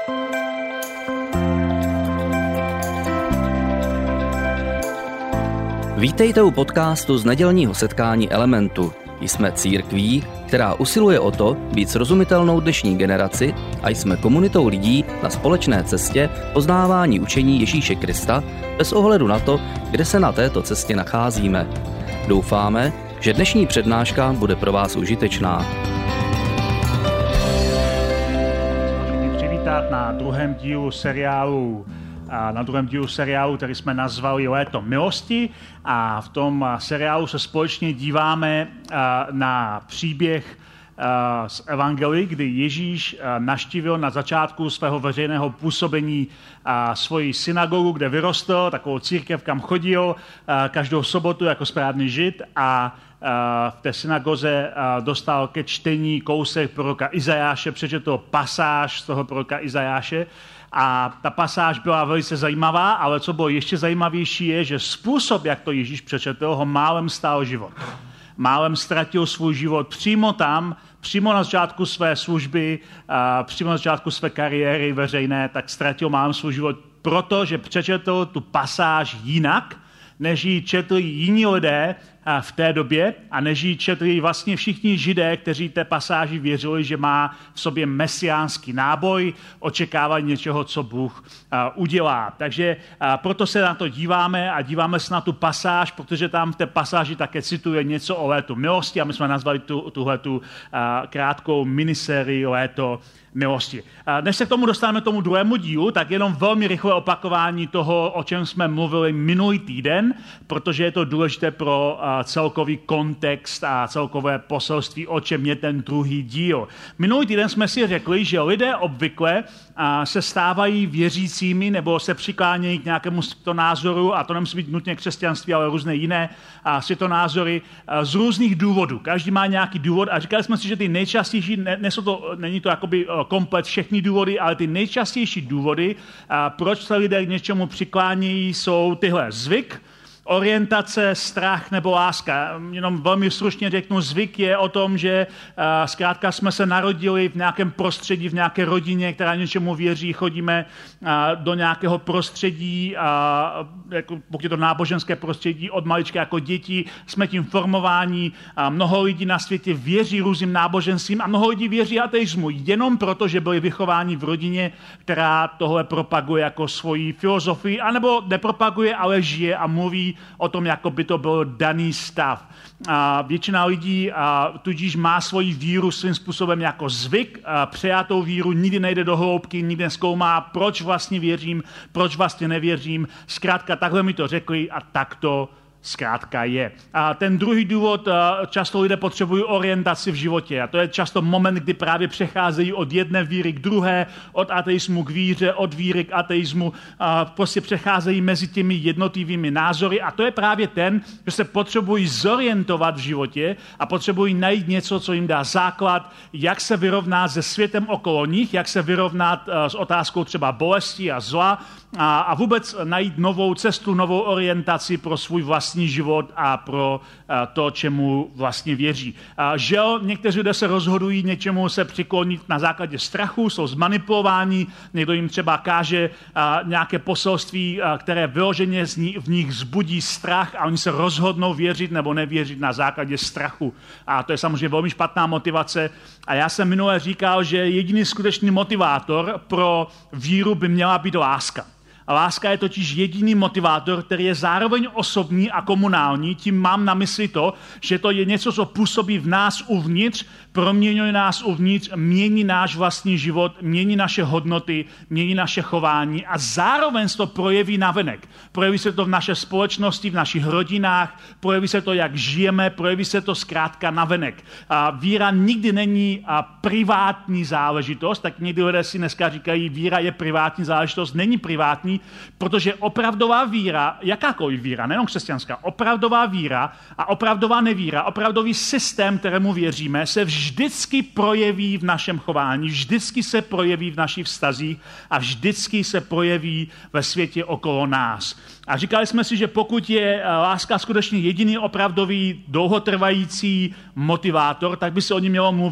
Vítejte u podcastu z nedělního setkání Elementu. Jsme církví, která usiluje o to být srozumitelnou dnešní generaci a jsme komunitou lidí na společné cestě poznávání učení Ježíše Krista bez ohledu na to, kde se na této cestě nacházíme. Doufáme, že dnešní přednáška bude pro vás užitečná. Můžeme přivítat na druhém dílu seriálu, který jsme nazvali Léto milosti, a v tom seriálu se společně díváme na příběh z Evangelií, kdy Ježíš navštívil na začátku svého veřejného působení svoji synagogu, kde vyrostl, takovou církev, kam chodil každou sobotu jako správný žid, a v té synagoze dostal ke čtení kousek proroka Izajáše, přečetl pasáž z toho proroka Izajáše. A ta pasáž byla velice zajímavá, ale co bylo ještě zajímavější je, že způsob, jak to Ježíš přečetl, ho málem stál život. Málem ztratil svůj život přímo tam, přímo na začátku své služby, přímo na začátku své kariéry veřejné, tak ztratil málem svůj život, protože přečetl tu pasáž jinak, než ji četli jiní lidé v té době a než ji četli vlastně všichni Židé, kteří té pasáži věřili, že má v sobě mesiánský náboj, očekávají něčeho, co Bůh udělá. Takže proto se na to díváme a díváme se na tu pasáž, protože tam v té pasáži také cituje něco o létu milosti a my jsme nazvali tuhletu krátkou minisérii Léto milosti. Než se k tomu dostaneme, tomu druhému dílu, tak jenom velmi rychlé opakování toho, o čem jsme mluvili minulý týden, protože je to důležité pro celkový kontext a celkové poselství, o čem je ten druhý díl. Minulý týden jsme si řekli, že lidé obvykle se stávají věřícími nebo se přiklánějí k nějakému světonázoru, a to nemusí být nutně křesťanství, ale různé jiné světonázory z různých důvodů. Každý má nějaký důvod a říkali jsme si, že ty nejčastější, není to jakoby komplet všechny důvody, ale ty nejčastější důvody, proč se lidé k něčemu přiklánějí, jsou tyhle: zvyk, orientace, strach nebo láska. Jenom velmi stručně řeknu, zvyk je o tom, že zkrátka jsme se narodili v nějakém prostředí, v nějaké rodině, která něčemu věří, chodíme do nějakého prostředí, pokud je to náboženské prostředí, od malička jako děti, jsme tím formováni. Mnoho lidí na světě věří různým náboženstvím a mnoho lidí věří ateismu, jenom proto, že byli vychováni v rodině, která tohle propaguje jako svoji filozofii, anebo nepropaguje, ale žije a mluví o tom, jako by to byl daný stav. Většina lidí tudíž má svoji víru svým způsobem jako zvyk, přejatou víru, nikdy nejde do hloubky, nikdy nezkoumá, proč vlastně věřím, proč vlastně nevěřím. Zkrátka, takhle mi to řekli a tak to zkrátka je. A ten druhý důvod, často lidé potřebují orientaci v životě a to je často moment, kdy právě přecházejí od jedné víry k druhé, od ateismu k víře, od víry k ateismu, prostě přecházejí mezi těmi jednotlivými názory a to je právě ten, že se potřebují zorientovat v životě a potřebují najít něco, co jim dá základ, jak se vyrovnat se světem okolo nich, jak se vyrovnat s otázkou třeba bolesti a zla a vůbec najít novou cestu, novou orientaci pro svůj vlastní život a pro to, čemu vlastně věří. Žel, někteří lidé se rozhodují něčemu se přiklonit na základě strachu, jsou zmanipulováni, někdo jim třeba káže nějaké poselství, které vyloženě v nich vzbudí strach a oni se rozhodnou věřit nebo nevěřit na základě strachu. A to je samozřejmě velmi špatná motivace. A já jsem minule říkal, že jediný skutečný motivátor pro víru by měla být láska. A láska je totiž jediný motivátor, který je zároveň osobní a komunální. Tím mám na mysli to, že to je něco, co působí v nás uvnitř, proměňuje nás uvnitř, mění náš vlastní život, mění naše hodnoty, mění naše chování a zároveň se to projeví navenek. Projeví se to v naše společnosti, v našich rodinách, projeví se to, jak žijeme, projeví se to zkrátka navenek. A víra nikdy není privátní záležitost, tak někdy lidé si dneska říkají, víra je privátní záležitost, není privátní, protože opravdová víra, jakákoliv víra, nejenom křesťanská, opravdová víra a opravdová nevíra, opravdový systém, kterému věříme, se vždycky projeví v našem chování, vždycky se projeví v našich vztazích a vždycky se projeví ve světě okolo nás. A říkali jsme si, že pokud je láska skutečně jediný opravdový dlouhotrvající motivátor, tak by se o ní mělo mluvit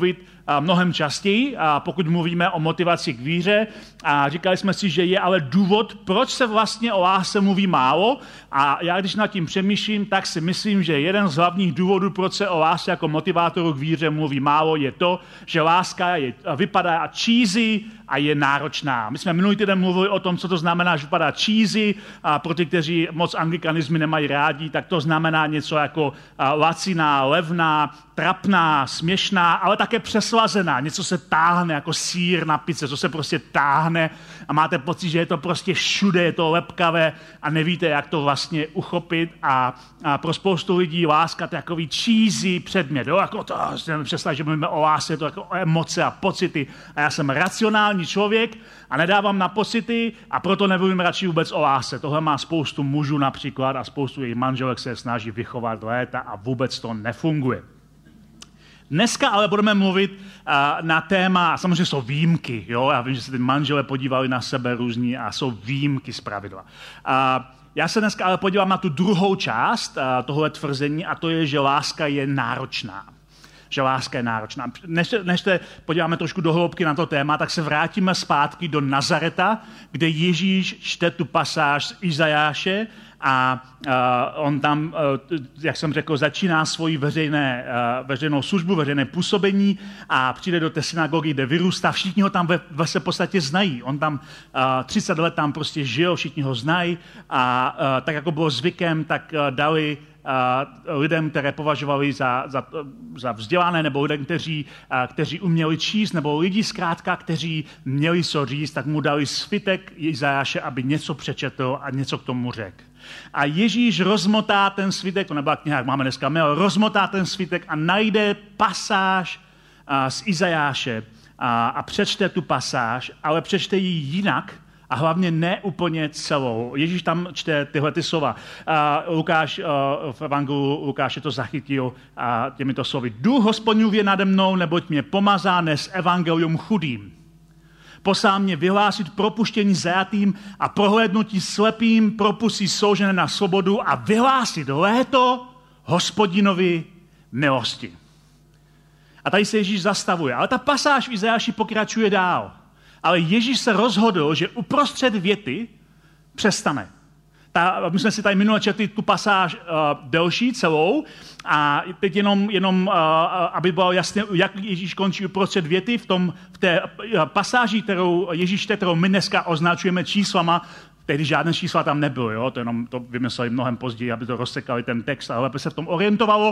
mnohem častěji, pokud mluvíme o motivaci k víře. A říkali jsme si, že je ale důvod, proč se vlastně o lásce mluví málo. A já, když nad tím přemýšlím, tak si myslím, že jeden z hlavních důvodů, proč se o lásce jako motivátoru k víře mluví málo, je to, že láska vypadá cheesy a je náročná. My jsme minulý týden mluvili o tom, co to znamená, že vypadá cheesy, a pro ty, kteří moc anglikanizmy nemají rádi, tak to znamená něco jako laciná, levná, trapná, směšná, ale také přeslazená. Něco se táhne jako sýr na pice, co se prostě táhne a máte pocit, že je to prostě všude, je to lepkavé a nevíte, jak to vlastně uchopit. A pro spoustu lidí láska to je takový cheesy předmět. Jo? Jako to, představ, že mluvíme o lásce, je to jako emoce a pocity. A já jsem racionální člověk a nedávám na pocity a proto nemluvím radši vůbec o lásce. Tohle má spoustu mužů například a spoustu jejich manželek se snaží vychovat léta a vůbec to nefunguje. Dneska ale budeme mluvit na téma, samozřejmě jsou výjimky, jo? Já vím, že se ty manželé podívali na sebe různí a jsou výjimky z pravidla. Já se dneska ale podívám na tu druhou část tohle tvrzení a to je, že láska je náročná. Že láska je náročná. Než se podíváme trošku do hloubky na to téma, tak se vrátíme zpátky do Nazareta, kde Ježíš čte tu pasáž z Izajáše a on tam, jak jsem řekl, začíná svoji veřejnou službu, veřejné působení a přijde do té synagogy, kde vyrůstá. Všichni ho tam v podstatě znají. On tam 30 let tam prostě žil, všichni ho znají a tak jako bylo zvykem, tak dali lidem, které považovali za vzdělané, nebo lidem, kteří uměli číst, nebo lidi zkrátka, kteří měli co říct, tak mu dali svitek Izajáše, aby něco přečetl a něco k tomu řekl. A Ježíš rozmotá ten svitek, to nebyla kniha, jak máme dneska, rozmotá ten svitek a najde pasáž z Izajáše a přečte tu pasáž, ale přečte ji jinak, a hlavně ne úplně celou. Ježíš tam čte tyhle ty slova. Lukáš v evangeliu Lukáše to zachytil těmito slovy. Duch Hospodinův je nade mnou, neboť mě pomazá nes evangelium chudým. Poslal mě vyhlásit propuštění zajatým a prohlédnutí slepým, propustí soužené na svobodu a vyhlásit léto Hospodinovi milosti. A tady se Ježíš zastavuje. Ale ta pasáž v Izajáši pokračuje dál. Ale Ježíš se rozhodl, že uprostřed věty přestane. My jsme si tady minule četli tu pasáž delší celou a teď jenom aby bylo jasné, jak Ježíš končí uprostřed věty v té pasáži, kterou Ježíš kterou my dneska označujeme číslama. Tehdy žádné čísla tam nebylo, jo? To vymysleli mnohem později, aby to rozsekali ten text, ale aby se v tom orientovalo.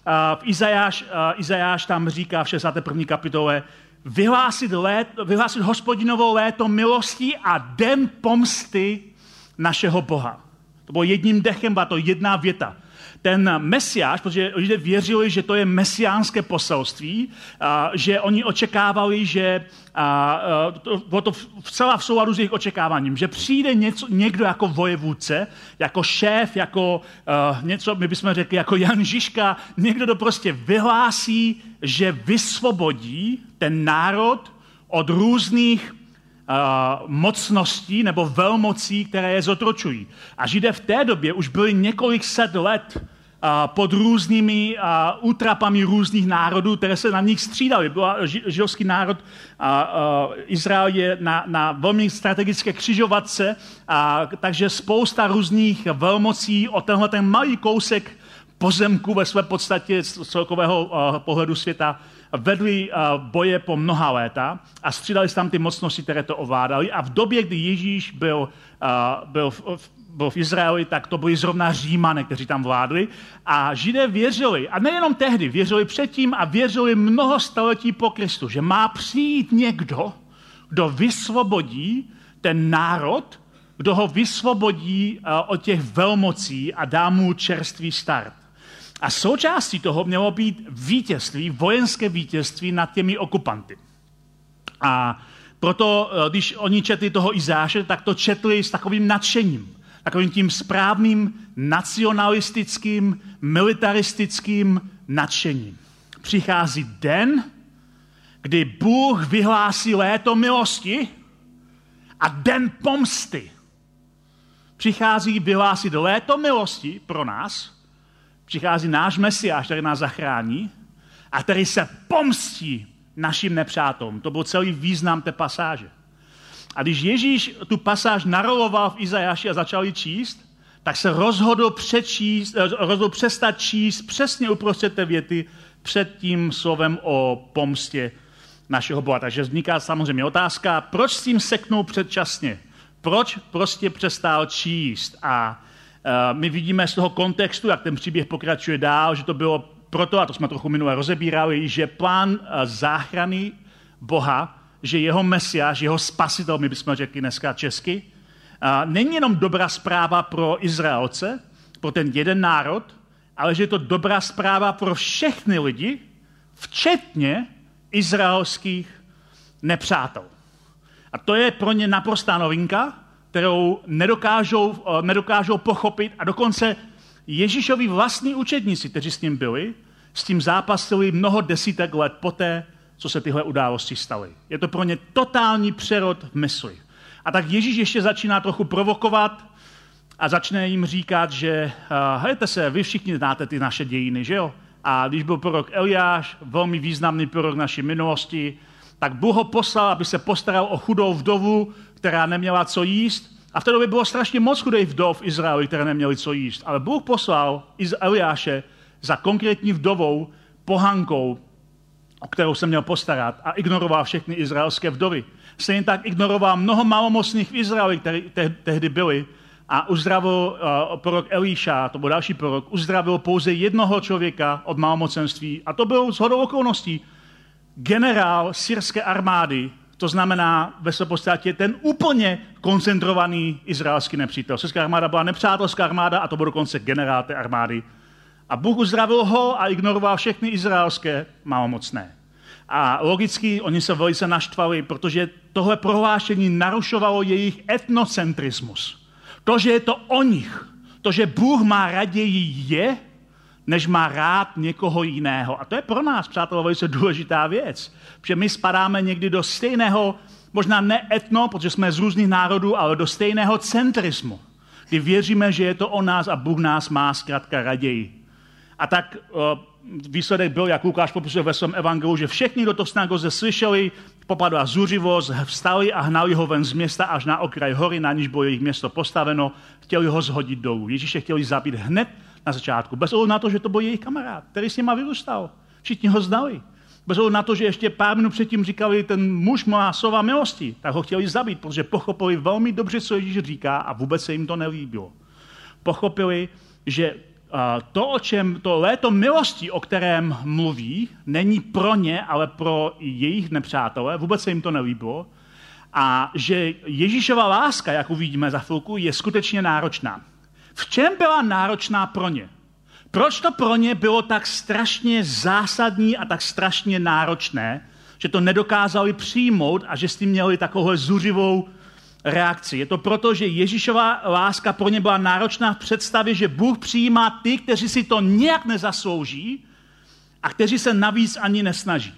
Izajáš tam říká v 61. kapitole, vyhlásit Hospodinovo léto milostí a den pomsty našeho Boha. To bylo jedním dechem, byla to jedna věta. Ten Mesiáš, protože lidé věřili, že to je mesiánské poselství, že oni očekávali, že bylo to vcela v souladu s jejich očekáváním, že přijde někdo jako vojevůdce, jako šéf, jako něco, my bychom řekli, jako Jan Žižka, někdo, kdo prostě vyhlásí, že vysvobodí ten národ od různých mocností nebo velmocí, které je zotročují. A Židé v té době už byli několik set let pod různými útrapami různých národů, které se na nich střídali. Židovský národ Izrael je na velmi strategické křižovatce, takže spousta různých velmocí o tenhle ten malý kousek pozemku ve své podstatě z celkového pohledu světa vedli boje po mnoha léta a střídali se tam ty mocnosti, které to ovládali. A v době, kdy Ježíš byl v Izraeli, tak to byli zrovna Římané, kteří tam vládli. A Židé věřili, a nejenom tehdy, věřili předtím a věřili mnoho století po Kristu, že má přijít někdo, kdo vysvobodí ten národ, kdo ho vysvobodí od těch velmocí a dá mu čerstvý start. A součástí toho mělo být vítězství, vojenské vítězství nad těmi okupanty. A proto, když oni četli toho Izajáše, tak to četli s takovým nadšením, takovým tím správným nacionalistickým, militaristickým nadšením. Přichází den, kdy Bůh vyhlásí léto milosti a den pomsty. Přichází vyhlásit léto milosti pro nás, přichází náš Mesiáš, který nás zachrání a který se pomstí našim nepřátelům. To byl celý význam té pasáže. A když Ježíš tu pasáž naroloval v Izajáši a začal ji číst, tak se rozhodl přestat číst přesně uprostřed té věty před tím slovem o pomstě našeho Boha. Takže vzniká samozřejmě otázka, proč s tím seknul předčasně? Proč prostě přestal číst? A my vidíme z toho kontextu, jak ten příběh pokračuje dál, že to bylo proto, a to jsme trochu minule rozebírali, že plán záchrany Boha, že jeho Mesiáš, jeho spasitel, my bychom řekli dneska česky, není jenom dobrá zpráva pro Izraelce, pro ten jeden národ, ale že je to dobrá zpráva pro všechny lidi, včetně izraelských nepřátel. A to je pro ně naprostá novinka, kterou nedokážou pochopit a dokonce Ježíšovi vlastní učedníci, kteří s ním byli, s tím zápasili mnoho desítek let poté, co se tyhle události staly. Je to pro ně totální přerod v mysli. A tak Ježíš ještě začíná trochu provokovat a začne jim říkat, že hejte se, vy všichni znáte ty naše dějiny, že jo? A když byl prorok Eliáš, velmi významný prorok naší minulosti, tak Bůh ho poslal, aby se postaral o chudou vdovu, která neměla co jíst. A v té době bylo strašně moc chudých vdov v Izraeli, které neměly co jíst. Ale Bůh poslal Eliáše za konkrétní vdovou, pohankou, o kterou se měl postarat, a ignoroval všechny izraelské vdovy. Stejně tak ignoroval mnoho malomocných v Izraeli, kteří tehdy byli, a uzdravil prorok Elíša, to byl další prorok, uzdravil pouze jednoho člověka od malomocenství, a to byl shodou okolností generál syrské armády, to znamená ve své podstatě ten úplně koncentrovaný izraelský nepřítel. Syrská armáda byla nepřátelská armáda a to byl dokonce generál té armády. A Bůh uzdravil ho a ignoroval všechny izraelské malomocné. A logicky oni se velice naštvali, protože tohle prohlášení narušovalo jejich etnocentrismus. To, že je to o nich, to, že Bůh má raději je, než má rád někoho jiného. A to je pro nás, přátelé, velice důležitá věc. Protože my spadáme někdy do stejného, možná ne etno, protože jsme z různých národů, ale do stejného centrismu, kdy věříme, že je to o nás a Bůh nás má zkrátka raději. A tak výsledek byl, jak Lukáš popisuje ve svém evangeliu, že všichni, kdo to v synagoze slyšeli, popadla zuřivost, vstali a hnali ho ven z města až na okraj hory, na níž bylo jejich město postaveno, chtěli ho zhodit dolů. Ježíše chtěli zabít hned na začátku, bez ohledu na to, že to byl jejich kamarád, který s nima vyrůstal. Všichni ho znali. Bez ohledu na to, že ještě pár minut předtím říkali, ten muž má slova milosti, tak ho chtěli zabít, protože pochopili velmi dobře, co Ježíš říká, a vůbec se jim to nelíbilo. Pochopili, že to léto milosti, o kterém mluví, není pro ně, ale pro jejich nepřátele, vůbec se jim to nelíbilo, a že Ježíšova láska, jak uvidíme za chvilku, je skutečně náročná. V čem byla náročná pro ně? Proč to pro ně bylo tak strašně zásadní a tak strašně náročné, že to nedokázali přijmout a že s tím měli takovou zuřivou reakci? Je to proto, že Ježíšova láska pro ně byla náročná v představě, že Bůh přijímá ty, kteří si to nějak nezaslouží a kteří se navíc ani nesnaží.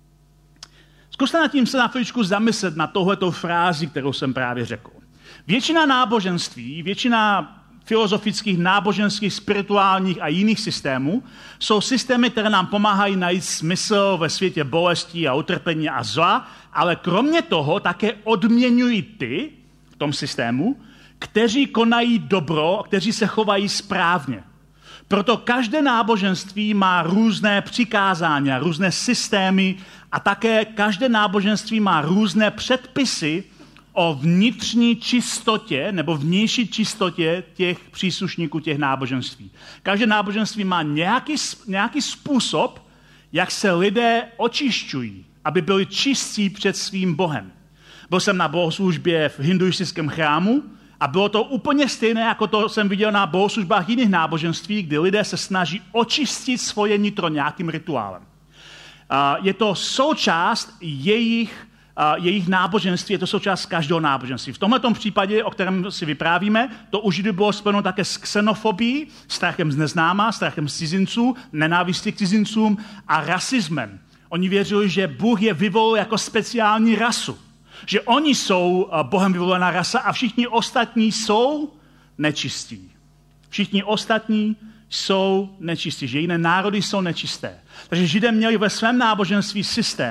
Zkuste nad tím se na chvíličku zamyslet na tohletou frázi, kterou jsem právě řekl. Většina náboženství, většina filozofických, náboženských, spirituálních a jiných systémů jsou systémy, které nám pomáhají najít smysl ve světě bolesti a utrpení a zla, ale kromě toho také odměňují ty v tom systému, kteří konají dobro, kteří se chovají správně. Proto každé náboženství má různé přikázání, různé systémy a také každé náboženství má různé předpisy o vnitřní čistotě nebo vnější čistotě těch příslušníků těch náboženství. Každé náboženství má nějaký způsob, jak se lidé očišťují, aby byli čistí před svým Bohem. Byl jsem na bohoslužbě v hinduistickém chrámu a bylo to úplně stejné, jako to jsem viděl na bohoslužbách jiných náboženství, kdy lidé se snaží očistit svoje nitro nějakým rituálem. Je to součást jejich náboženství, je to součást každého náboženství. V tomto případě, o kterém si vyprávíme, to u Židů bylo spojeno také s xenofobií, strachem z neznáma, strachem z cizinců, nenávistí k cizincům a rasismem. Oni věřili, že Bůh je vyvolil jako speciální rasu. Že oni jsou Bohem vyvolená rasa a všichni ostatní jsou nečistí. Všichni ostatní jsou nečistí, že jiné národy jsou nečisté. Takže Židé měli ve svém náboženství systém,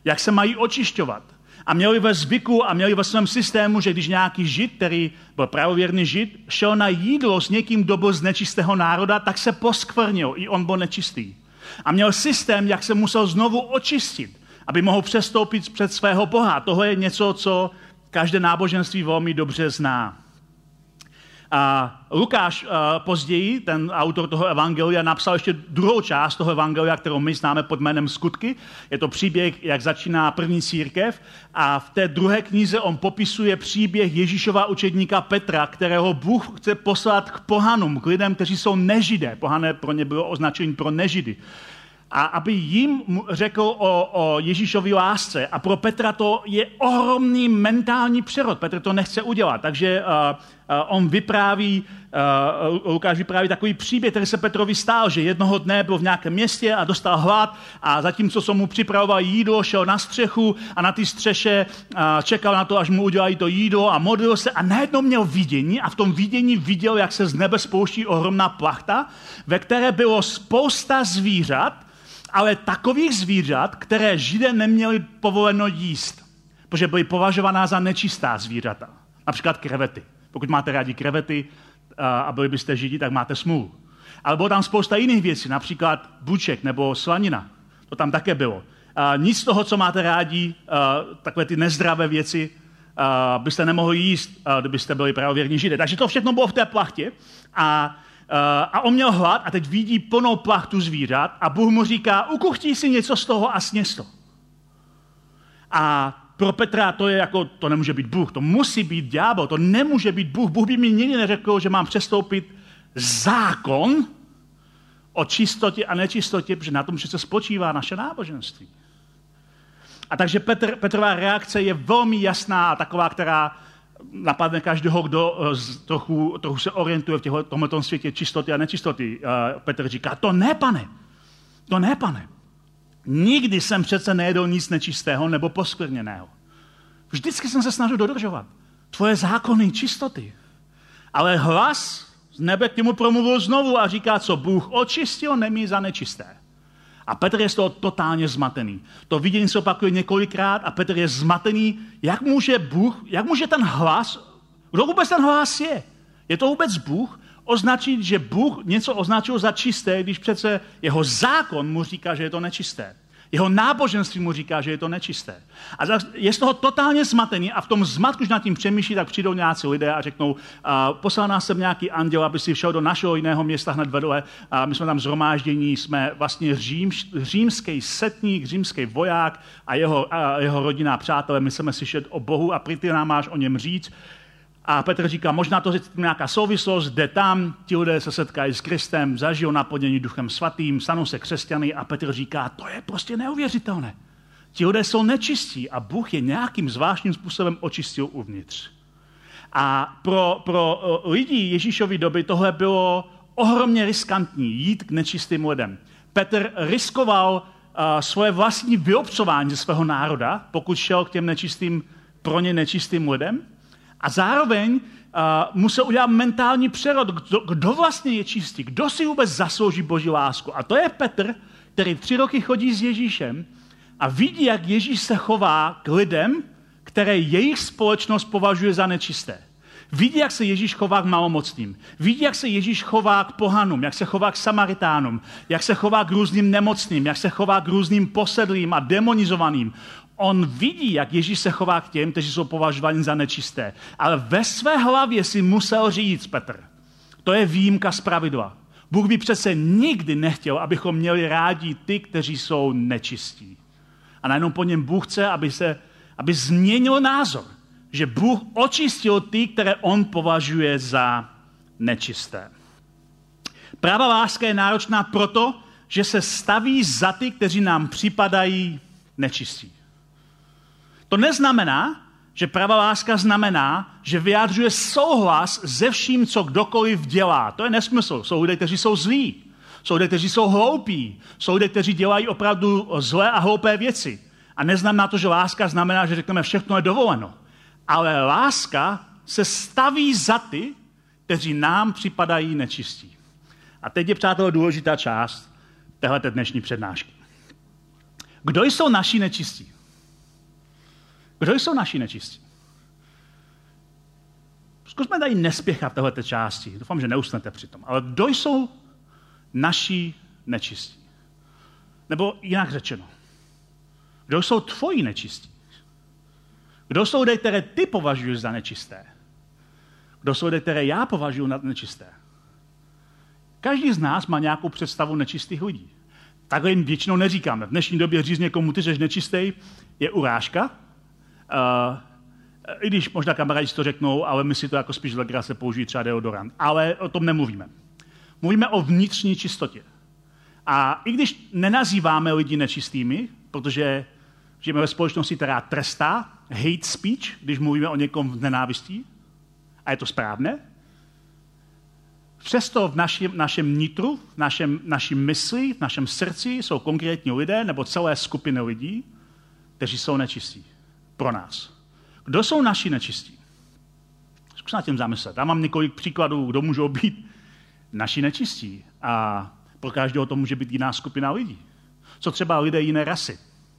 jak se mají očišťovat. A měli ve zvyku a měli ve svém systému, že když nějaký žid, který byl pravověrný žid, šel na jídlo s někým, kdo byl z nečistého národa, tak se poskvrnil, i on byl nečistý. A měl systém, jak se musel znovu očistit, aby mohl přestoupit před svého Boha. Tohle je něco, co každé náboženství velmi dobře zná. A Lukáš později, ten autor toho evangelia, napsal ještě druhou část toho evangelia, kterou my známe pod jménem Skutky. Je to příběh, jak začíná první církev. A v té druhé knize on popisuje příběh Ježíšova učedníka Petra, kterého Bůh chce poslat k pohanům, k lidem, kteří jsou nežidé. Pohané pro ně bylo označení pro nežidy. A aby jim řekl o Ježíšově lásce. A pro Petra to je ohromný mentální přerod. Petr to nechce udělat. Takže on vypráví, Lukáš vypráví takový příběh, který se Petrovi stál, že jednoho dne byl v nějakém městě a dostal hlad a zatímco se mu připravoval jídlo, šel na střechu a na té střeše čekal na to, až mu udělají to jídlo a modlil se a najednou měl vidění a v tom vidění viděl, jak se z nebe spouští ohromná plachta, ve které bylo spousta zvířat, ale takových zvířat, které Židé neměli povoleno jíst, protože byly považovaná za nečistá zvířata. Například krevety. Pokud máte rádi krevety a byli byste Židi, tak máte smůlu. Ale bylo tam spousta jiných věcí, například buček nebo slanina. To tam také bylo. Nic z toho, co máte rádi, takové ty nezdravé věci, byste nemohli jíst, kdybyste byli pravověrní Židé. Takže to všechno bylo v té plachtě a on měl hlad a teď vidí plnou plachtu zvířat a Bůh mu říká, ukuchtí si něco z toho a sněz to. A pro Petra to je jako, to nemůže být Bůh, to musí být ďábel, to nemůže být Bůh. Bůh by mi nikdy neřekl, že mám přestoupit zákon o čistotě a nečistotě, protože na tom přece spočívá naše náboženství. A takže Petrova reakce je velmi jasná a taková, která napadne každého, kdo trochu se orientuje v tomto světě čistoty a nečistoty. Petr říká, to ne, pane. Nikdy jsem přece nejedl nic nečistého nebo poskvrněného. Vždycky jsem se snažil dodržovat tvoje zákony čistoty. Ale hlas z nebe k němu promluvil znovu a říká, co Bůh očistil, nemí za nečisté. A Petr je z toho totálně zmatený. To vidění se opakuje několikrát a Petr je zmatený, jak může ten hlas, kdo vůbec ten hlas je? Je to vůbec Bůh? Označit, že Bůh něco označil za čisté, když přece jeho zákon mu říká, že je to nečisté. Jeho náboženství mu říká, že je to nečisté. A je z toho totálně zmatený a v tom zmatku, když nad tím přemýšlí, tak přijdou nějací lidé a řeknou, poslal nás sem nějaký anděl, aby si šel do našeho jiného města hned vedle. My jsme tam zhromáždění, jsme vlastně římský setník, římský voják a jeho rodina a přátelé. My chceme slyšet o Bohu a ty nám máš o něm říct. A Petr říká, možná to je nějaká souvislost, jde tam, ti lidé se setkají s Kristem, zažijou naplnění Duchem Svatým, stanou se křesťany a Petr říká, to je prostě neuvěřitelné. Ti lidé jsou nečistí a Bůh je nějakým zvláštním způsobem očistil uvnitř. A pro lidi Ježíšovy doby tohle bylo ohromně riskantní, jít k nečistým lidem. Petr riskoval svoje vlastní vyobcování ze svého národa, pokud šel k těm nečistým, pro ně nečistým lidem. A zároveň musel udělat mentální přerod, kdo vlastně je čistý, kdo si vůbec zaslouží Boží lásku. A to je Petr, který 3 roky chodí s Ježíšem a vidí, jak Ježíš se chová k lidem, které jejich společnost považuje za nečisté. Vidí, jak se Ježíš chová k malomocným. Vidí, jak se Ježíš chová k pohanům, jak se chová k Samaritánům, jak se chová k různým nemocným, jak se chová k různým posedlým a demonizovaným. On vidí, jak Ježíš se chová k těm, kteří jsou považováni za nečisté. Ale ve své hlavě si musel říct, Petr, to je výjimka z pravidla. Bůh by přece nikdy nechtěl, abychom měli rádi ty, kteří jsou nečistí. A najednou po něm Bůh chce, aby změnil názor, že Bůh očistil ty, které on považuje za nečisté. Pravá láska je náročná proto, že se staví za ty, kteří nám připadají nečistí. To neznamená, že pravá láska znamená, že vyjádřuje souhlas se vším, co kdokoliv dělá. To je nesmysl. Jsou lidé, kteří jsou zlí. Jsou lidé, kteří jsou hloupí. Jsou lidé, kteří dělají opravdu zlé a hloupé věci. A neznamená to, že láska znamená, že řekneme, všechno je dovoleno. Ale láska se staví za ty, kteří nám připadají nečistí. A teď je, přátelé, důležitá část téhleté dnešní přednášky. Kdo jsou naši nečistí? Kdo jsou naši nečistí? Zkusme tady nespěchat v této části. Doufám, že neusnete přitom. Ale kdo jsou naši nečistí? Nebo jinak řečeno, kdo jsou tvoji nečistí? Kdo jsou lidé, které ty považuješ za nečisté? Kdo jsou lidé, které já považuji za nečisté? Každý z nás má nějakou představu nečistých lidí. Takhle jim většinou neříkáme. V dnešní době říct někomu, ty jsi nečistý, je urážka. I když možná kamarádi to řeknou, ale my si to jako spíš legrace použijí třeba deodorant. Ale o tom nemluvíme. Mluvíme o vnitřní čistotě. A i když nenazýváme lidi nečistými, protože žijeme ve společnosti, která trestá hate speech, když mluvíme o někom v nenávistí, a je to správné, přesto v našem nitru, v naší mysli, v našem srdci jsou konkrétní lidé nebo celé skupiny lidí, kteří jsou nečistí pro nás. Kdo jsou naši nečistí? Zkus nad tím zamyslet. Já mám několik příkladů, kdo můžou být naši nečistí. A pro každého to může být jiná skupina lidí. Co třeba lidé jiné rasy?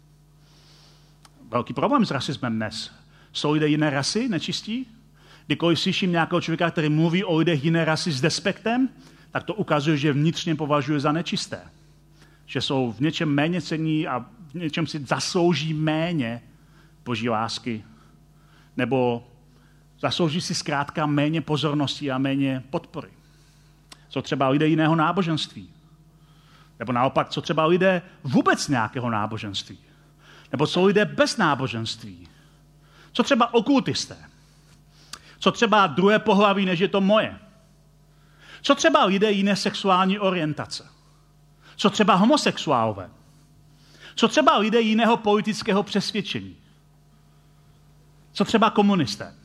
Velký problém s rasismem dnes. Jsou lidé jiné rasy nečistí? Kdykoliv slyším nějakého člověka, který mluví o lidech jiné rasy s despektem, tak to ukazuje, že vnitřně považuje za nečisté. Že jsou v něčem méně cenní a v něčem si zaslouží méně Boží lásky. Nebo zaslouží si zkrátka méně pozornosti a méně podpory. Co třeba lidé jiného náboženství? Nebo naopak, co třeba lidé vůbec nějakého náboženství? Nebo co lidé bez náboženství? Co třeba okultisté? Co třeba druhé pohlaví, než je to moje? Co třeba lidé jiné sexuální orientace? Co třeba homosexuálové? Co třeba lidé jiného politického přesvědčení? Co třeba komunisté?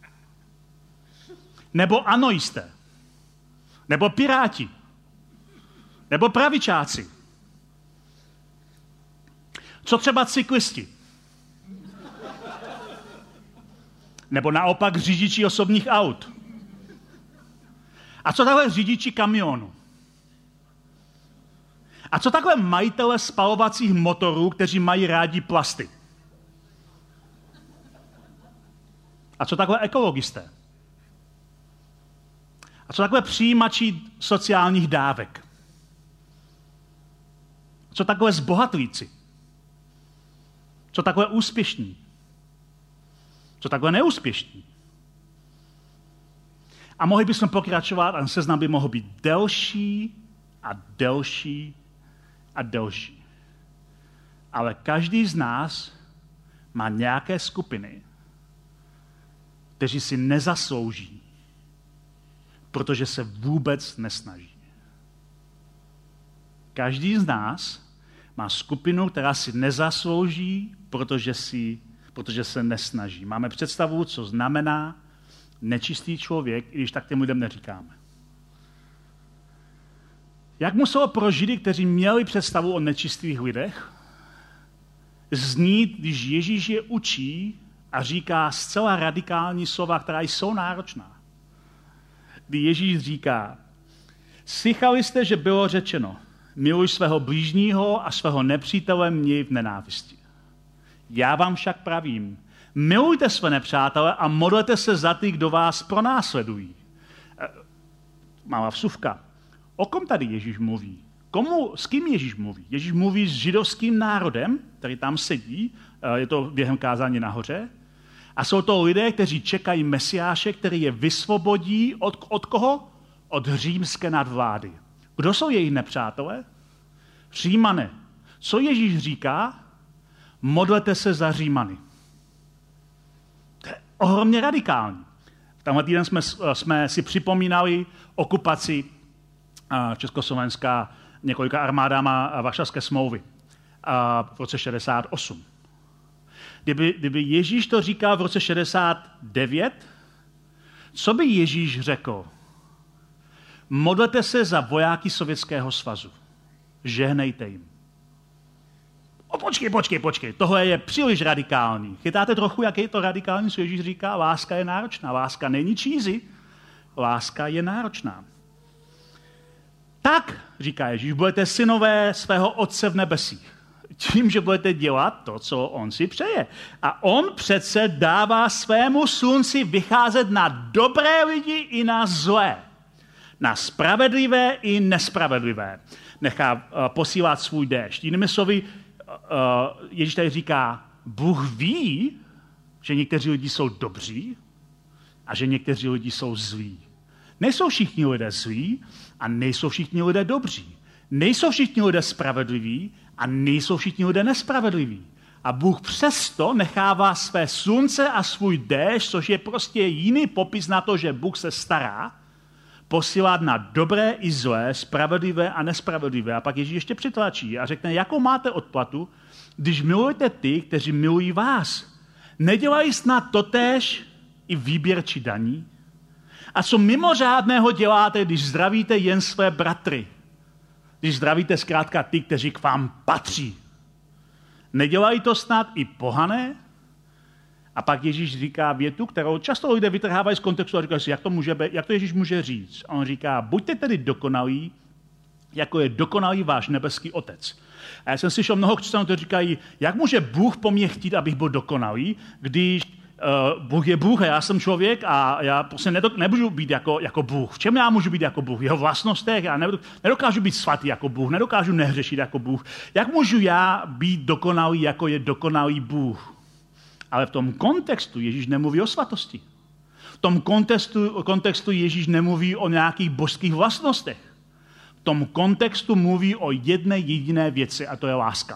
Nebo anoisté? Nebo piráti? Nebo pravičáci? Co třeba cyklisti? Nebo naopak řidiči osobních aut? A co takhle řidiči kamionů? A co takhle majitele spalovacích motorů, kteří mají rádi plasty? A co takhle ekologisté? A co takhle přijímači sociálních dávek? A co takhle zbohatlíci? Co takhle úspěšní? Co takhle neúspěšní? A mohli bychom pokračovat a seznam by mohl být delší a delší a delší. Ale každý z nás má nějaké skupiny, kteří si nezaslouží, protože se vůbec nesnaží. Každý z nás má skupinu, která si nezaslouží, protože se nesnaží. Máme představu, co znamená nečistý člověk, i když tak těm lidem neříkáme. Jak muselo pro Židy, kteří měli představu o nečistých lidech, znít, když Ježíš je učí a říká zcela radikální slova, která jsou náročná. Kdy Ježíš říká, slychali jste, že bylo řečeno, miluj svého blížního a svého nepřítele měj v nenávisti. Já vám však pravím, milujte své nepřátele a modlete se za ty, kdo vás pronásledují. Malá vsuvka. O kom tady Ježíš mluví? S kým Ježíš mluví? Ježíš mluví s židovským národem, který tam sedí, je to během kázání nahoře, a jsou to lidé, kteří čekají Mesiáše, který je vysvobodí od koho? Od římské nadvlády. Kdo jsou jejich nepřátelé? Římané. Co Ježíš říká? Modlete se za Římany. To je ohromně radikální. Tenhle týden jsme si připomínali okupaci Československa několika armádama Varšavské smlouvy v roce 68. Kdyby Ježíš to říkal v roce 69, co by Ježíš řekl? Modlete se za vojáky Sovětského svazu. Žehnejte jim. Počkej, tohle je příliš radikální. Chytáte trochu, jak je to radikální, co Ježíš říká? Láska je náročná. Láska není cheesy. Láska je náročná. Tak, říká Ježíš, budete synové svého Otce v nebesích. tím, že budete dělat to, co on si přeje. A on přece dává svému slunci vycházet na dobré lidi i na zlé. Na spravedlivé i nespravedlivé. Nechá posílat svůj déšť. Jinými slovy, Ježíš tady říká, Bůh ví, že někteří lidi jsou dobří a že někteří lidi jsou zlí. Nejsou všichni lidé zlí a nejsou všichni lidé dobří. Nejsou všichni lidé spravedliví a nejsou všichni lidé nespravedliví. A Bůh přesto nechává své slunce a svůj déšť, což je prostě jiný popis na to, že Bůh se stará, posílat na dobré i zlé, spravedlivé a nespravedlivé. A pak Ježíš ještě přitlačí a řekne, jakou máte odplatu, když milujete ty, kteří milují vás. Nedělají snad totéž i výběrčí daní? A co mimořádného děláte, když zdravíte jen své bratry? Když zdravíte zkrátka ty, kteří k vám patří. Nedělají to snad i pohané? A pak Ježíš říká větu, kterou často lidé vytrhávají z kontextu a říkají si, jak to Ježíš může říct. A on říká, buďte tedy dokonalí, jako je dokonalý váš nebeský otec. A já jsem slyšel mnoho křesťanů, kteří říkají, jak může Bůh po mně chtít, abych byl dokonalý, když Bůh je Bůh a já jsem člověk a já prostě nemůžu být jako Bůh. V čem já můžu být jako Bůh? V jeho vlastnostech? Já nedokážu být svatý jako Bůh, nedokážu nehřešit jako Bůh. Jak můžu já být dokonalý, jako je dokonalý Bůh? Ale v tom kontextu Ježíš nemluví o svatosti. V tom kontextu Ježíš nemluví o nějakých božských vlastnostech. V tom kontextu mluví o jedné jediné věci a to je láska.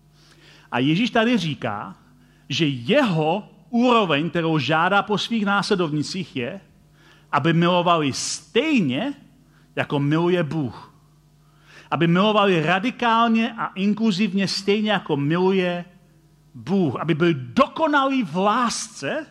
A Ježíš tady říká, že jeho úroveň, kterou žádá po svých následovnicích je, aby milovali stejně, jako miluje Bůh. Aby milovali radikálně a inkluzivně stejně, jako miluje Bůh. Aby byl dokonalý v lásce,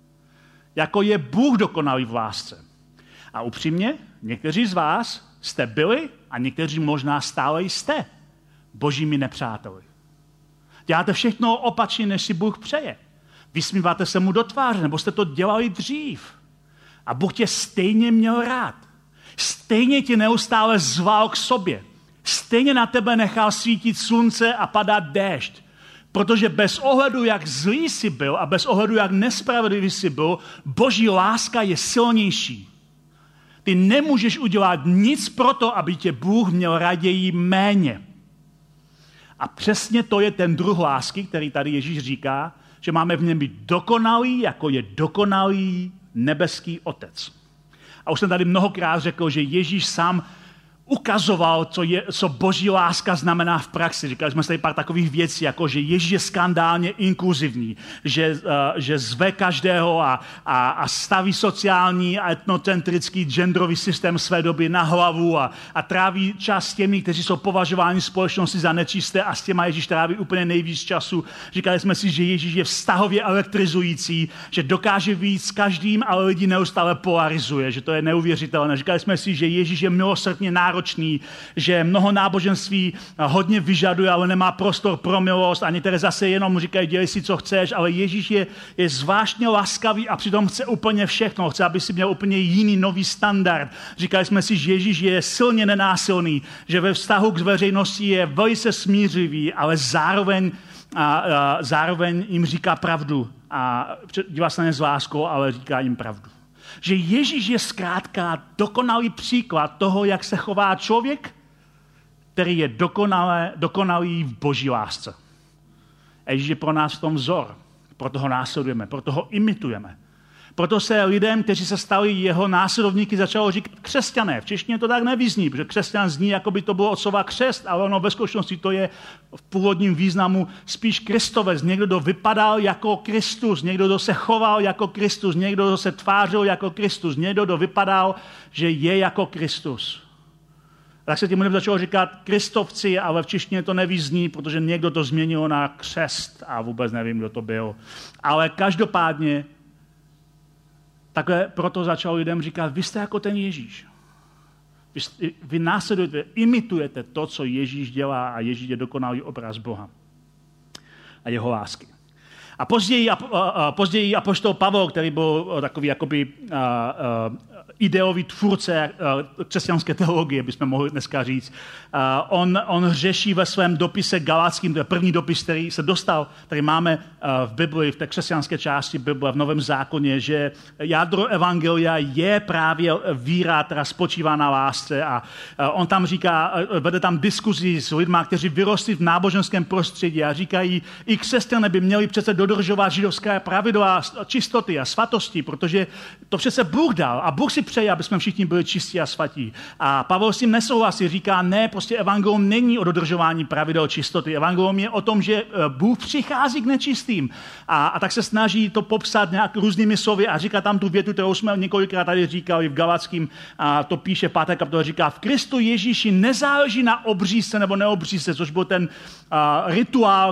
jako je Bůh dokonalý v lásce. A upřímně, někteří z vás jste byli a někteří možná stále jste božími nepřáteli. Děláte všechno opačně, než si Bůh přeje. Vysmíváte se mu do tváře, nebo jste to dělali dřív. A Bůh tě stejně měl rád. Stejně tě neustále zval k sobě. Stejně na tebe nechal svítit slunce a padat déšť. Protože bez ohledu, jak zlý jsi byl a bez ohledu, jak nespravedlivý jsi byl, boží láska je silnější. Ty nemůžeš udělat nic pro to, aby tě Bůh měl raději méně. A přesně to je ten druh lásky, který tady Ježíš říká, že máme v něm být dokonalý, jako je dokonalý nebeský otec. A už jsem tady mnohokrát řekl, že Ježíš sám ukazoval, co boží láska znamená v praxi. Říkali jsme si tady pár takových věcí, jako že Ježíš je skandálně inkluzivní, že zve každého a staví sociální a etnocentrický genderový systém své doby na hlavu a tráví čas s těmi, kteří jsou považováni společnosti za nečisté a s těma Ježíš tráví úplně nejvíc času. Říkali jsme si, že Ježíš je vztahově elektrizující, že dokáže víc s každým, ale lidi neustále polarizuje, že to je neuvěřitelné. Říkali jsme si, že Ježíš je milosrdně náročný, že mnoho náboženství hodně vyžaduje, ale nemá prostor pro milost a některé zase jenom říkají, dělej si, co chceš, ale Ježíš je zvláštně laskavý a přitom chce úplně všechno. Chce, aby si měl úplně jiný nový standard. Říkali jsme si, že Ježíš je silně nenásilný, že ve vztahu k veřejnosti je velice smířivý, ale zároveň jim říká pravdu. A dívá se na ně s láskou, ale říká jim pravdu. Že Ježíš je zkrátka dokonalý příklad toho, jak se chová člověk, který je dokonalý v boží lásce. A Ježíš je pro nás v tom vzor. Proto ho následujeme, proto ho imitujeme. Proto se lidem, kteří se stali jeho následovníky, začalo říkat křesťané. V češtině to tak nevyzní, protože křesťan zní, jako by to bylo od slova křest, ale ono ve skutečnosti to je v původním významu spíš Kristovec. Někdo, kdo vypadal jako Kristus, někdo, kdo se choval jako Kristus, někdo, kdo se tvářil jako Kristus, někdo, kdo vypadal, že je jako Kristus. A tak se tím lidem začalo říkat kristovci, ale v češtině to nevyzní, protože někdo to změnil na křest a vůbec nevím, kdo to byl. Ale každopádně takhle proto začal lidem říkat, vy jste jako ten Ježíš. Vy následujete, imitujete to, co Ježíš dělá a Ježíš je dokonalý obraz Boha a jeho lásky. A později apoštol Pavel, který byl takový jakoby ideový tvůrce křesťanské teologie, bychom mohli dneska říct. On řeší ve svém dopise Galackým, to je první dopis, který se dostal, který máme v Bibli, v té křesťanské části Bible, v Novém zákoně, že jádro evangelia je právě víra, která spočívá na lásce. A on tam říká, vede tam diskuzi s lidmi, kteří vyrostli v náboženském prostředí a říkají, i křesťané by měli přece dodržovat židovské pravidla čistoty a svatosti, protože to přece Bůh dal a Bůh si přeje, aby jsme všichni byli čistí a svatí. A Pavel s tím nesouhlasí, říká, ne, prostě evangelium není o dodržování pravidel čistoty. Evangelium je o tom, že Bůh přichází k nečistým. A tak se snaží to popsat nějak různými slovy a říká tam tu větu, kterou jsme několikrát tady říkali v Galackým, a to píše 5. kapitola, říká, v Kristu Ježíši nezáleží na obřízce nebo neobřízce, což byl ten rituál,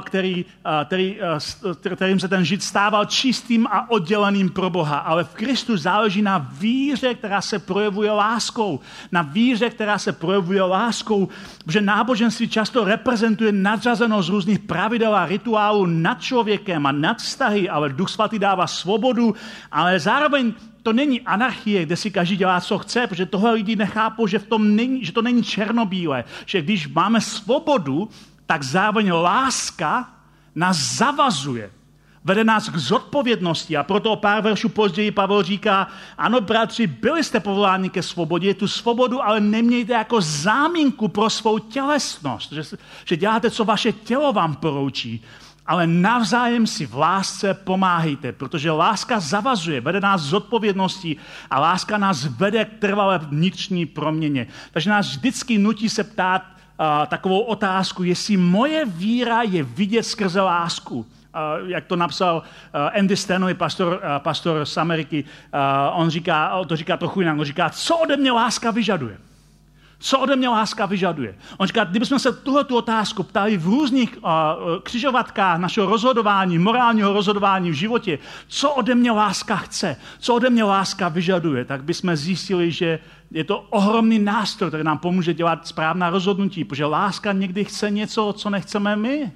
kterým se ten žid stával čistým a odděleným pro Boha. Ale v Kristu záleží na víře, která se projevuje láskou. Na víře, která se projevuje láskou, protože náboženství často reprezentuje nadřazenost různých pravidel a rituálů nad člověkem a nad vztahy, ale Duch svatý dává svobodu, ale zároveň to není anarchie, kde si každý dělá, co chce, protože tohle lidi nechápou, že to není černobílé, že když máme svobodu, tak zároveň láska nás zavazuje. Vede nás k zodpovědnosti a proto o pár veršů později Pavel říká, ano, bratři, byli jste povoláni ke svobodě, tu svobodu, ale nemějte jako záminku pro svou tělesnost, že děláte, co vaše tělo vám poroučí, ale navzájem si v lásce pomáhejte, protože láska zavazuje, vede nás z zodpovědnosti a láska nás vede k trvalé vnitřní proměně. Takže nás vždycky nutí se ptát takovou otázku, jestli moje víra je vidět skrze lásku. Jak to napsal Andy Stanley, pastor z Ameriky, on říká trochu jinak, on říká, co ode mě láska vyžaduje? Co ode mě láska vyžaduje? On říká, kdybychom se tuhletu otázku ptali v různých křižovatkách našeho rozhodování, morálního rozhodování v životě, co ode mě láska chce, co ode mě láska vyžaduje, tak bychom zjistili, že je to ohromný nástroj, který nám pomůže dělat správná rozhodnutí, protože láska někdy chce něco, co nechceme my.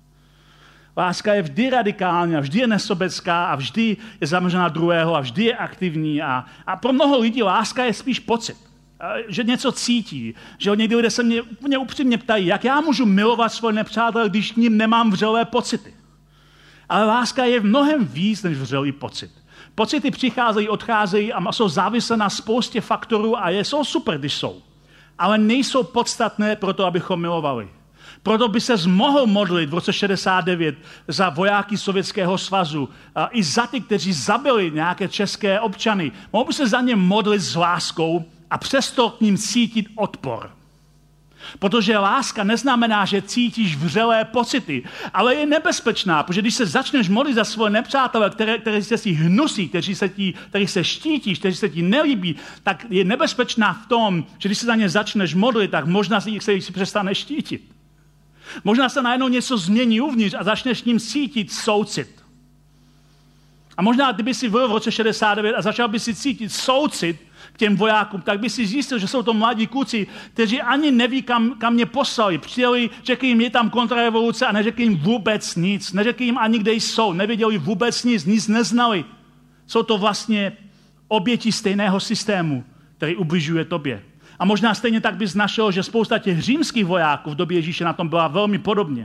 Láska je vždy radikální a vždy je nesobecká a vždy je zaměřená druhého a vždy je aktivní. A pro mnoho lidí láska je spíš pocit, že něco cítí. Že někdy lidé se mě upřímně ptají, jak já můžu milovat svoje nepřátele, když k ním nemám vřelé pocity. Ale láska je mnohem víc než vřelý pocit. Pocity přicházejí, odcházejí a jsou závislé na spoustě faktorů a jsou super, když jsou. Ale nejsou podstatné pro to, abychom milovali. Proto by se mohl modlit v roce 69 za vojáky Sovětského svazu i za ty, kteří zabili nějaké české občany. Mohl by se za ně modlit s láskou a přesto k ním cítit odpor. Protože láska neznamená, že cítíš vřelé pocity, ale je nebezpečná, protože když se začneš modlit za svoje nepřátele, kteří se si hnusí, kteří se štítíš, kteří se ti nelíbí, tak je nebezpečná v tom, že když se za ně začneš modlit, tak možná se si přestaneš štítit. Možná se najednou něco změní uvnitř a začneš ním cítit soucit. A možná, kdyby si byl v roce 69 a začal by si cítit soucit k těm vojákům, tak by si zjistil, že jsou to mladí kluci, kteří ani neví, kam mě poslali. Přijeli, řekli jim, je tam kontrarevoluce a neřekli jim vůbec nic. Neřekli jim ani, kde jsou. Nevěděli vůbec nic neznali. Jsou to vlastně oběti stejného systému, který ubližuje tobě. A možná stejně tak bys našel, že spousta těch římských vojáků v době Ježíše na tom byla velmi podobně.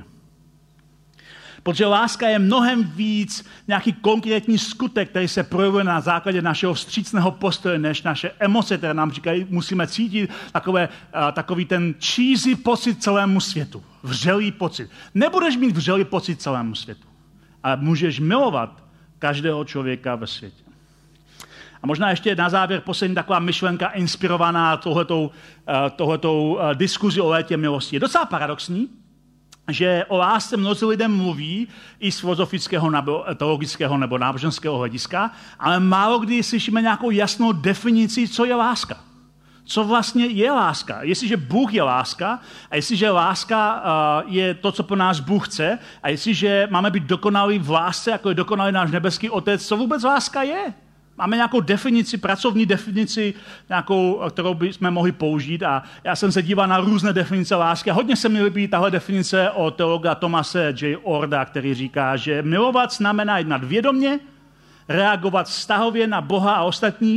Protože láska je mnohem víc nějaký konkrétní skutek, který se projevuje na základě našeho vstřícného postoje, než naše emoce, které nám říkají, musíme cítit takový ten cheesy pocit celému světu. Vřelý pocit. Nebudeš mít vřelý pocit celému světu, ale můžeš milovat každého člověka ve světě. A možná ještě na závěr poslední taková myšlenka inspirovaná tohletou diskuzi o létě milosti. Je docela paradoxní, že o lásce mnozí lidé mluví i z filozofického, nebo teologického nebo náboženského hlediska, ale málo kdy slyšíme nějakou jasnou definici, co je láska. Co vlastně je láska? Jestliže Bůh je láska a jestliže láska je to, co po nás Bůh chce a jestliže máme být dokonalí v lásce, jako je dokonalý náš nebeský Otec, co vůbec láska je? Máme nějakou definici, pracovní definici, kterou bychom mohli použít a já jsem se díval na různé definice lásky a hodně se mi líbí tahle definice od teologa Thomase J. Orda, který říká, že milovat znamená jednat vědomě, reagovat vztahově na Boha a ostatní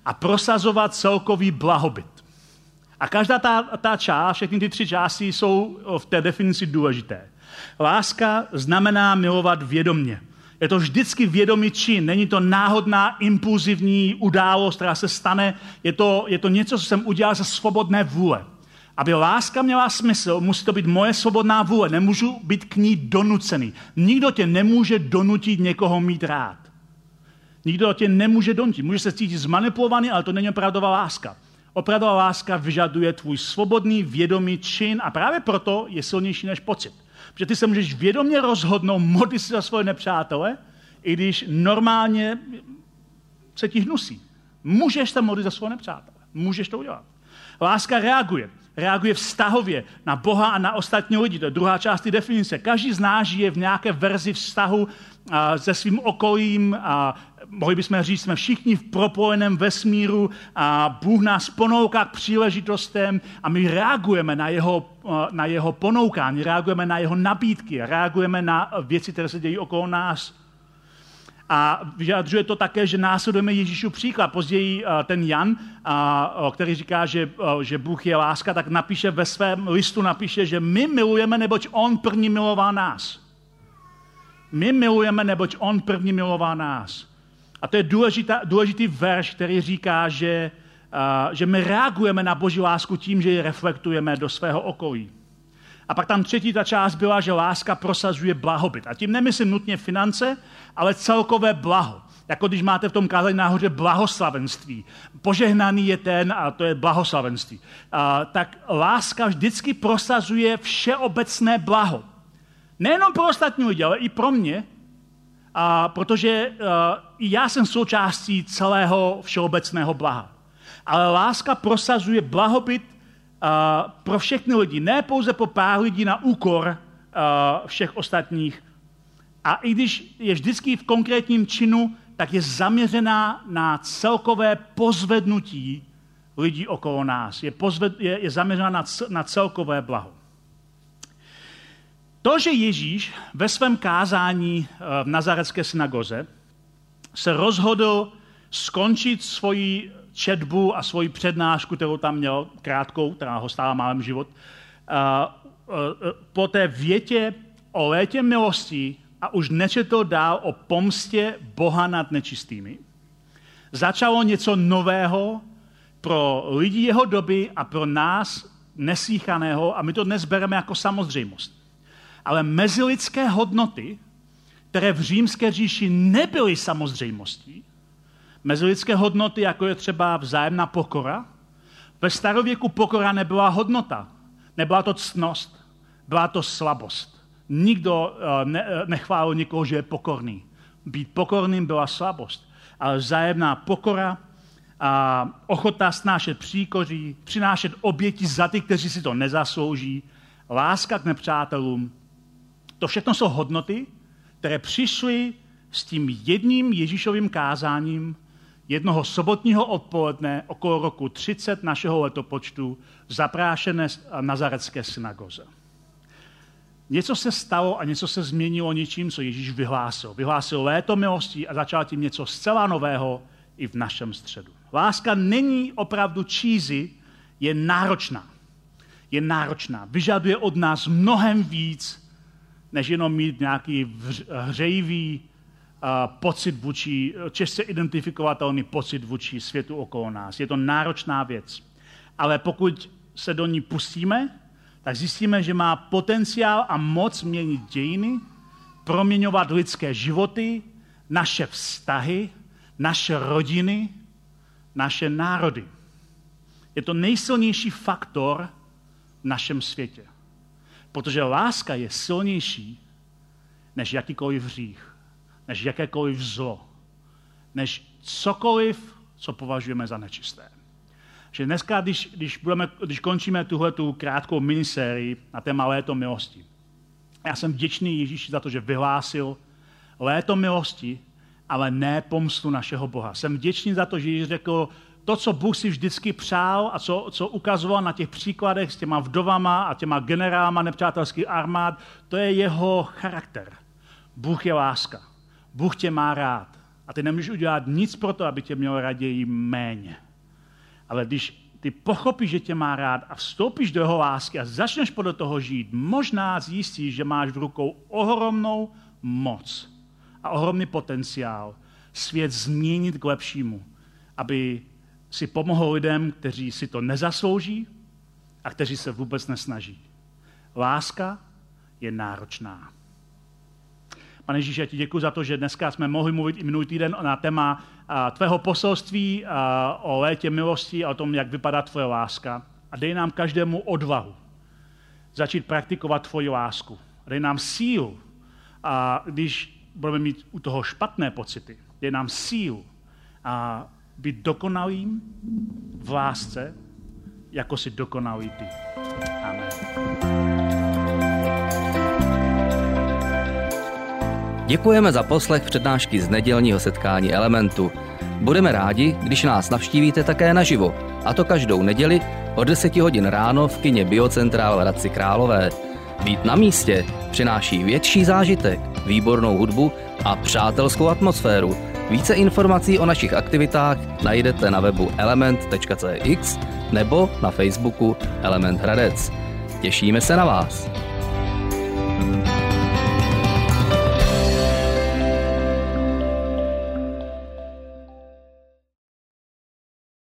a prosazovat celkový blahobyt. A každá ta část, všechny ty 3 části jsou v té definici důležité. Láska znamená milovat vědomě. Je to vždycky vědomý čin, není to náhodná, impulzivní událost, která se stane, je to něco, co jsem udělal ze svobodné vůle. Aby láska měla smysl, musí to být moje svobodná vůle, nemůžu být k ní donucený. Nikdo tě nemůže donutit někoho mít rád. Nikdo tě nemůže donutit, může se cítit zmanipulovaný, ale to není opravdová láska. Opravdová láska vyžaduje tvůj svobodný, vědomý čin a právě proto je silnější než pocit. Protože ty se můžeš vědomě rozhodnout modlit si za svoje nepřátele, i když normálně se ti hnusí. Můžeš se modlit za svoje nepřátele. Můžeš to udělat. Láska reaguje. Reaguje vztahově na Boha a na ostatní lidi. To je druhá část té definice. Každý z nás žije v nějaké verzi vztahu se svým okolím. Mohli bychom říct, jsme všichni v propojeném vesmíru a Bůh nás ponouká k příležitostem a my reagujeme na jeho ponoukání, reagujeme na jeho nabídky, reagujeme na věci, které se dějí okolo nás. A vyjadřuje to také, že následujeme Ježíšův příklad. Později ten Jan, který říká, že Bůh je láska, tak napíše ve svém listu, že my milujeme, neboť on první miloval nás. My milujeme, neboť on první miloval nás. A to je důležitý verš, který říká, že my reagujeme na Boží lásku tím, že ji reflektujeme do svého okolí. A pak tam třetí ta část byla, že láska prosazuje blahobyt. A tím nemyslím nutně finance, ale celkové blaho. Jako když máte v tom kázání nahoře blahoslavenství. Požehnaný je ten a to je blahoslavenství. Tak láska vždycky prosazuje všeobecné blaho. Nejenom pro ostatní lidi, ale i pro mě, protože i já jsem součástí celého všeobecného blaha. Ale láska prosazuje blahobyt pro všechny lidi, ne pouze pro pár lidí na úkor všech ostatních. A i když je vždycky v konkrétním činu, tak je zaměřená na celkové pozvednutí lidí okolo nás. Je zaměřená na celkové blaho. To, že Ježíš ve svém kázání v Nazaretské synagoze se rozhodl skončit svoji četbu a svoji přednášku, kterou tam měl krátkou, která ho stála málem život, po té větě o létě milosti a už nečetl dál o pomstě Boha nad nečistými. Začalo něco nového pro lidi jeho doby a pro nás neslýchaného a my to dnes bereme jako samozřejmost. Ale mezilidské hodnoty, které v římské říši nebyly samozřejmostí, mezilidské hodnoty, jako je třeba vzájemná pokora, ve starověku pokora nebyla hodnota, nebyla to ctnost, byla to slabost. Nikdo nechválil nikoho, že je pokorný. Být pokorným byla slabost, ale vzájemná pokora a ochota snášet příkoří, přinášet oběti za ty, kteří si to nezaslouží, láska k nepřátelům, to všechno jsou hodnoty, které přišly s tím jedním Ježíšovým kázáním jednoho sobotního odpoledne okolo roku 30 našeho letopočtu v zaprášené nazaretské synagoze. Něco se stalo a něco se změnilo něčím, co Ježíš vyhlásil. Vyhlásil léto milosti a začal tím něco zcela nového i v našem středu. Láska není opravdu cheesy, je náročná. Je náročná. Vyžaduje od nás mnohem víc, než jenom mít nějaký hřejivý pocit vůči, těžce identifikovatelný pocit vůči světu okolo nás. Je to náročná věc. Ale pokud se do ní pustíme, tak zjistíme, že má potenciál a moc měnit dějiny, proměňovat lidské životy, naše vztahy, naše rodiny, naše národy. Je to nejsilnější faktor v našem světě. Protože láska je silnější než jakýkoliv hřích, než jakékoliv zlo, než cokoliv, co považujeme za nečisté. Že dneska, když končíme tuhletu krátkou minisérii na téma léto milosti, já jsem vděčný Ježíši za to, že vyhlásil léto milosti, ale ne pomstu našeho Boha. Jsem vděčný za to, že Ježíš řekl, to, co Bůh si vždycky přál a co ukazoval na těch příkladech s těma vdovama a těma generálama nepřátelských armád, to je jeho charakter. Bůh je láska. Bůh tě má rád. A ty nemůžeš udělat nic pro to, aby tě měl raději méně. Ale když ty pochopíš, že tě má rád a vstoupíš do jeho lásky a začneš podle toho žít, možná zjistíš, že máš v rukou ohromnou moc a ohromný potenciál svět změnit k lepšímu, aby si pomohl lidem, kteří si to nezaslouží a kteří se vůbec nesnaží. Láska je náročná. Pane Ježíši, já ti děkuji za to, že dneska jsme mohli mluvit i minulý týden na téma tvého poselství o létě milosti a o tom, jak vypadá tvoje láska. A dej nám každému odvahu začít praktikovat tvoji lásku. A dej nám sílu, a když budeme mít u toho špatné pocity, dej nám sílu a být dokonalým v lásce, jako jsi dokonalý ty. Amen. Děkujeme za poslech přednášky z nedělního setkání Elementu. Budeme rádi, když nás navštívíte také naživo, a to každou neděli od 10 hodin ráno v kině Biocentrál v Hradci Králové. Být na místě přináší větší zážitek, výbornou hudbu a přátelskou atmosféru. Více informací o našich aktivitách najdete na webu element.cx nebo na Facebooku Element Hradec. Těšíme se na vás.